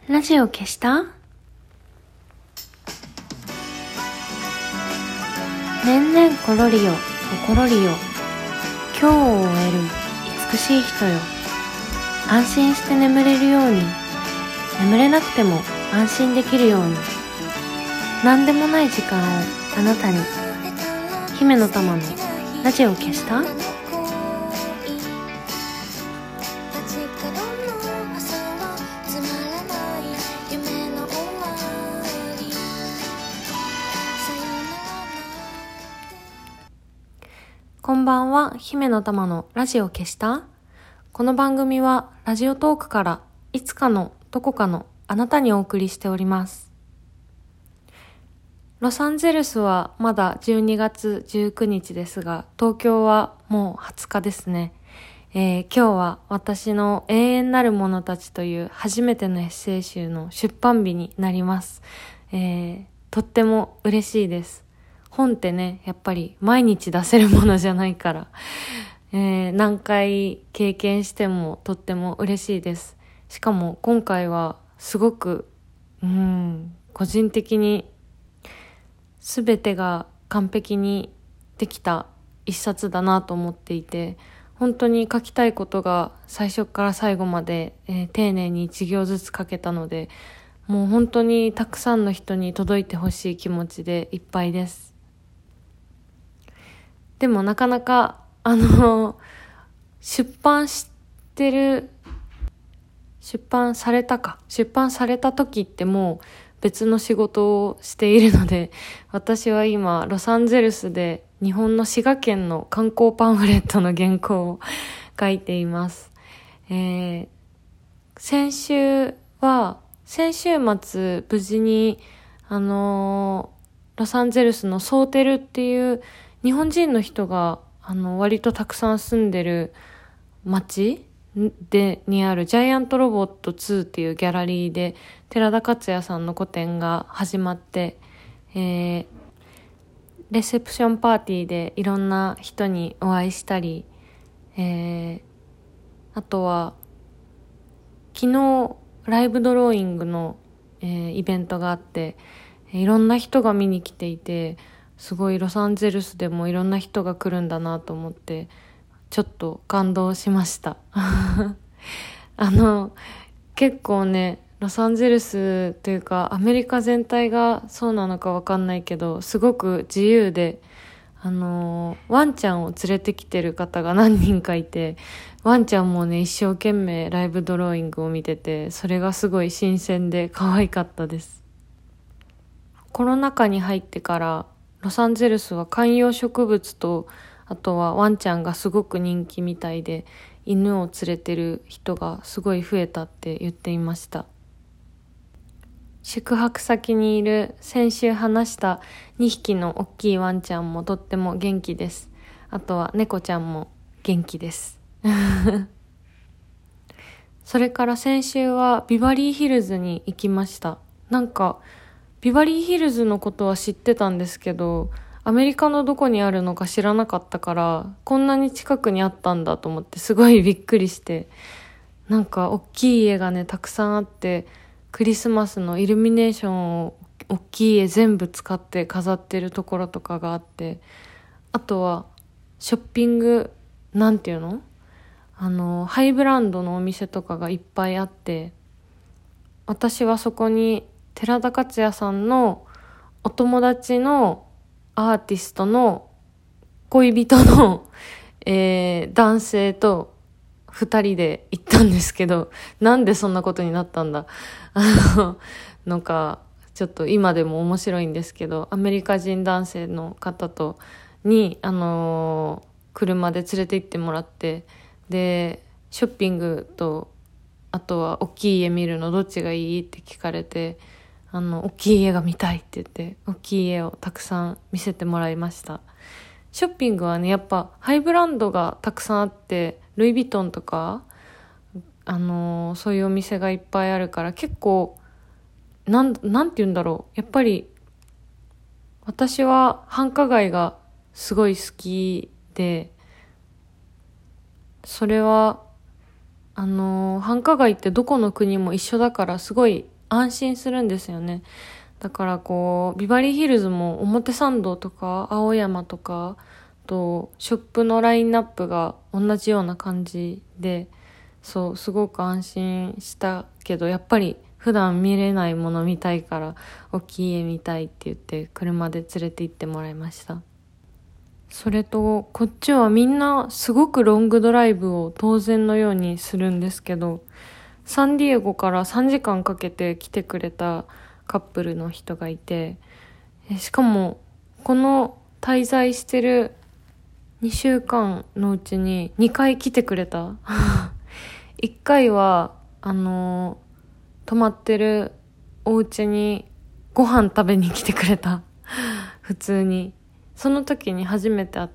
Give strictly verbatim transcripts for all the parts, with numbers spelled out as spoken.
ラジオ消した？年々ころりよころりよ、今日を終える美しい人よ。安心して眠れるように、眠れなくても安心できるように、何でもない時間をあなたに。姫の玉のラジオ消した？こんばんは、姫の玉のラジオ消した？この番組はラジオトークからいつかのどこかのあなたにお送りしております。ロサンゼルスはまだじゅうにがつじゅうくにちですが、東京はもうはつかですね。えー、今日は私の永遠なる者たちという初めてのエッセイ集の出版日になります。えー、とっても嬉しいです。本ってね、やっぱり毎日出せるものじゃないから、えー、何回経験してもとっても嬉しいです。しかも今回はすごく、うん、個人的に全てが完璧にできた一冊だなと思っていて、本当に書きたいことが最初から最後まで、えー、丁寧に一行ずつ書けたので、もう本当にたくさんの人に届いてほしい気持ちでいっぱいです。でもなかなかあの出版してる出版されたか出版された時ってもう別の仕事をしているので、私は今ロサンゼルスで日本の滋賀県の観光パンフレットの原稿を書いています。えー、先週は先週末無事にあのー、ロサンゼルスのソーテルっていう日本人の人があの割とたくさん住んでる街でにあるジャイアントロボットツーっていうギャラリーで寺田克也さんの個展が始まって、えー、レセプションパーティーでいろんな人にお会いしたり、えー、あとは昨日ライブドローイングの、えー、イベントがあって、いろんな人が見に来ていて、すごいロサンゼルスでもいろんな人が来るんだなと思ってちょっと感動しましたあの結構ね、ロサンゼルスというかアメリカ全体がそうなのかわかんないけど、すごく自由で、あのワンちゃんを連れてきてる方が何人かいて、ワンちゃんもね一生懸命ライブドローイングを見てて、それがすごい新鮮で可愛かったです。コロナ禍に入ってからロサンゼルスは観葉植物と、あとはワンちゃんがすごく人気みたいで、犬を連れてる人がすごい増えたって言っていました。宿泊先にいる先週話したにひきの大きいワンちゃんもとっても元気です。あとは猫ちゃんも元気ですそれから先週はビバリーヒルズに行きました。なんかビバリーヒルズのことは知ってたんですけど、アメリカのどこにあるのか知らなかったから、こんなに近くにあったんだと思ってすごいびっくりして、なんか大きい家がねたくさんあって、クリスマスのイルミネーションを大きい家全部使って飾ってるところとかがあって、あとはショッピング、なんていうのあのハイブランドのお店とかがいっぱいあって、私はそこに寺田克也さんのお友達のアーティストの恋人の、えー、男性と二人で行ったんですけど、なんでそんなことになったんだあのなんかちょっと今でも面白いんですけど、アメリカ人男性の方とに、あのー、車で連れて行ってもらって、でショッピングとあとは大きい家見るのどっちがいいって聞かれて、あの大きい家が見たいって言って大きい家をたくさん見せてもらいました。ショッピングはねやっぱハイブランドがたくさんあって、ルイ・ヴィトンとかあのー、そういうお店がいっぱいあるから、結構なんなんて言うんだろう、やっぱり私は繁華街がすごい好きで、それはあのー、繁華街ってどこの国も一緒だからすごい安心するんですよね。だからこうビバリーヒルズも表参道とか青山とかとショップのラインナップが同じような感じで、そうすごく安心したけど、やっぱり普段見れないもの見たいから大きい家見たいって言って車で連れて行ってもらいました。それとこっちはみんなすごくロングドライブを当然のようにするんですけど、サンディエゴからさんじかんかけて来てくれたカップルの人がいて、しかもこの滞在してるにしゅうかんのうちににかい来てくれたいっかいはあの泊まってるお家にご飯食べに来てくれた普通に。その時に初めて会って、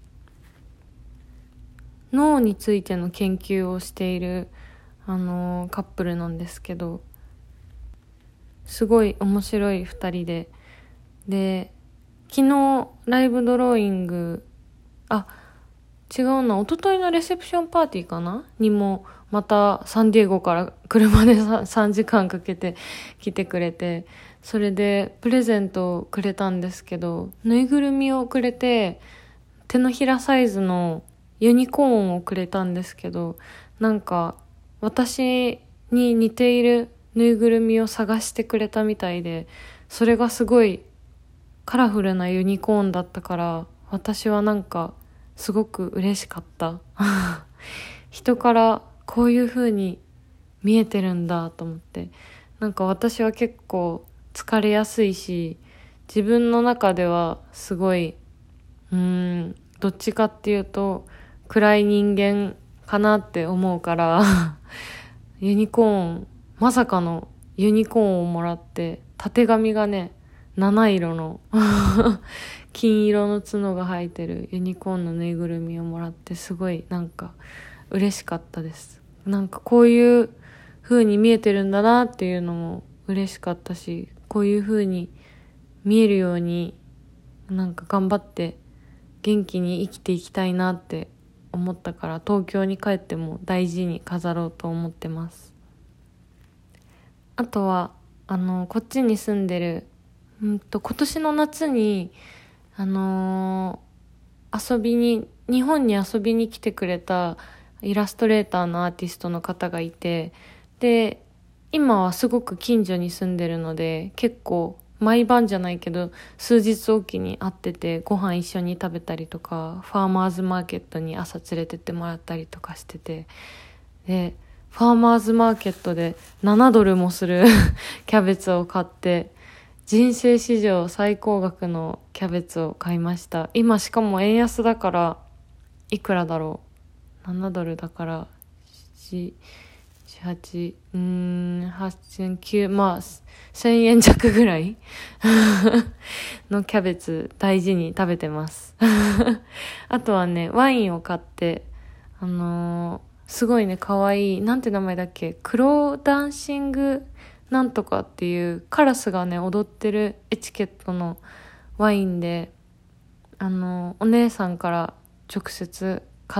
脳についての研究をしているあのカップルなんですけど、すごい面白い二人で、で昨日ライブドローイング、あ違うな、一昨日のレセプションパーティーかなにもまたサンディエゴから車でさんじかんかけて来てくれて、それでプレゼントをくれたんですけど、ぬいぐるみをくれて、手のひらサイズのユニコーンをくれたんですけど、なんか私に似ているぬいぐるみを探してくれたみたいで、それがすごいカラフルなユニコーンだったから、私はなんかすごく嬉しかった人からこういう風に見えてるんだと思って、なんか私は結構疲れやすいし、自分の中ではすごいうーんどっちかっていうと暗い人間かなって思うからユニコーン、まさかのユニコーンをもらって、たてがみがね七色の金色の角が生えてるユニコーンのぬいぐるみをもらって、すごいなんか嬉しかったです。なんかこういう風に見えてるんだなっていうのも嬉しかったし、こういう風に見えるようになんか頑張って元気に生きていきたいなって思ったから、東京に帰っても大事に飾ろうと思ってます。あとはあのこっちに住んでるうんと今年の夏にあのー遊びに日本に遊びに来てくれたイラストレーターのアーティストの方がいて、で今はすごく近所に住んでるので、結構毎晩じゃないけど数日おきに会ってて、ご飯一緒に食べたりとか、ファーマーズマーケットに朝連れてってもらったりとかしてて、でファーマーズマーケットでななドルもするキャベツを買って、人生史上最高額のキャベツを買いました。今しかも円安だからいくらだろう、ななドルだからなな、はち、うーんはっせんきゅう、まあせんえん弱ぐらいのキャベツ大事に食べてますあとはねワインを買って、あのー、すごいね可愛い、なんて名前だっけ、クローダンシングなんとかっていうカラスがね踊ってるエチケットのワインで、あのお姉さんから直接買って、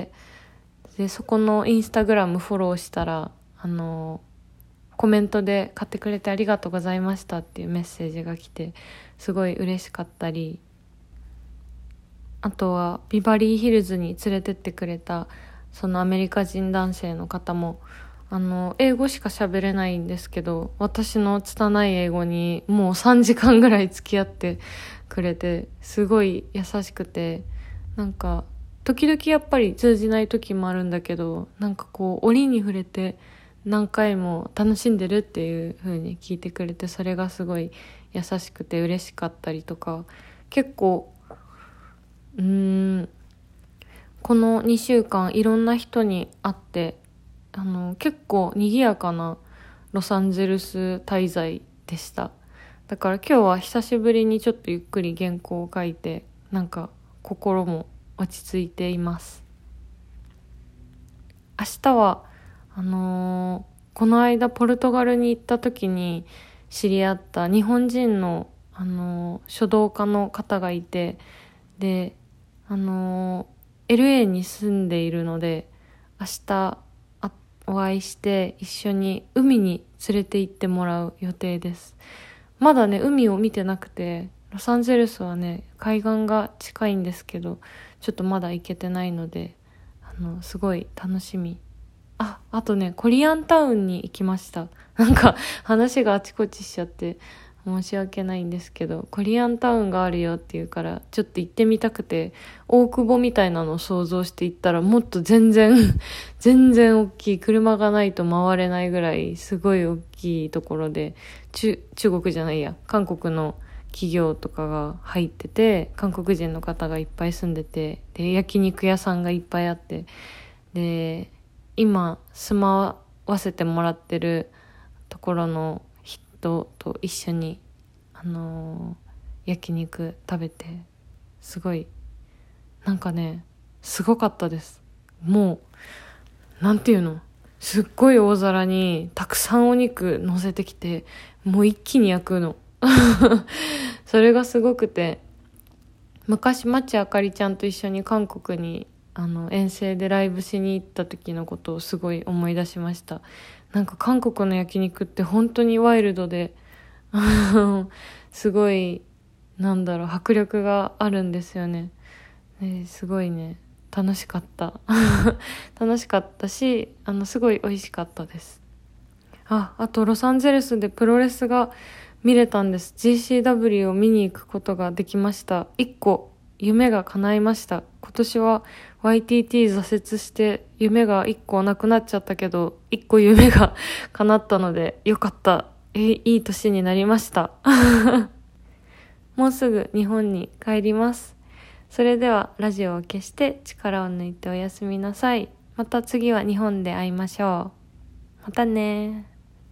でそこのインスタグラムフォローしたら、あのコメントで買ってくれてありがとうございましたっていうメッセージが来て、すごい嬉しかったり、あとはビバリーヒルズに連れてってくれたそのアメリカ人男性の方も、あの英語しか喋れないんですけど、私の拙い英語にもうさんじかんぐらい付き合ってくれて、すごい優しくて、なんか時々やっぱり通じない時もあるんだけど、なんかこう折に触れて何回も楽しんでるっていう風に聞いてくれて、それがすごい優しくて嬉しかったりとか、結構うーんこのにしゅうかんいろんな人に会って、あの結構賑やかなロサンゼルス滞在でした。だから今日は久しぶりにちょっとゆっくり原稿を書いて、なんか心も落ち着いています。明日はあのー、この間ポルトガルに行った時に知り合った日本人の、あのー、書道家の方がいて、であのー、エルエー に住んでいるので、明日あお会いして一緒に海に連れて行ってもらう予定です。まだね海を見てなくて、ロサンゼルスはね海岸が近いんですけど、ちょっとまだ行けてないので、あのすごい楽しみ。あ、あとねコリアンタウンに行きました。なんか話があちこちしちゃって申し訳ないんですけど、コリアンタウンがあるよっていうからちょっと行ってみたくて、大久保みたいなのを想像して行ったら、もっと全然全然大きい、車がないと回れないぐらいすごい大きいところで、中中国じゃないや韓国の企業とかが入ってて、韓国人の方がいっぱい住んでて、で焼肉屋さんがいっぱいあって、で今住まわせてもらってるところの人と一緒にあのー、焼肉食べて、すごいなんかねすごかったです。もうなんていうの、すっごい大皿にたくさんお肉乗せてきて、もう一気に焼くのそれがすごくて、昔町あかりちゃんと一緒に韓国にあの遠征でライブしに行った時のことをすごい思い出しました。なんか韓国の焼肉って本当にワイルドですごいなんだろう迫力があるんですよね。ですごいね楽しかった楽しかったし、あのすごい美味しかったです。あ、あとロサンゼルスでプロレスが見れたんです。 ジーシーダブリュー を見に行くことができました。一個夢が叶いました。今年は ワイティーティー 挫折して夢が一個なくなっちゃったけど、一個夢が叶ったのでよかった。えいい年になりましたもうすぐ日本に帰ります。それではラジオを消して力を抜いておやすみなさい。また次は日本で会いましょう。またね。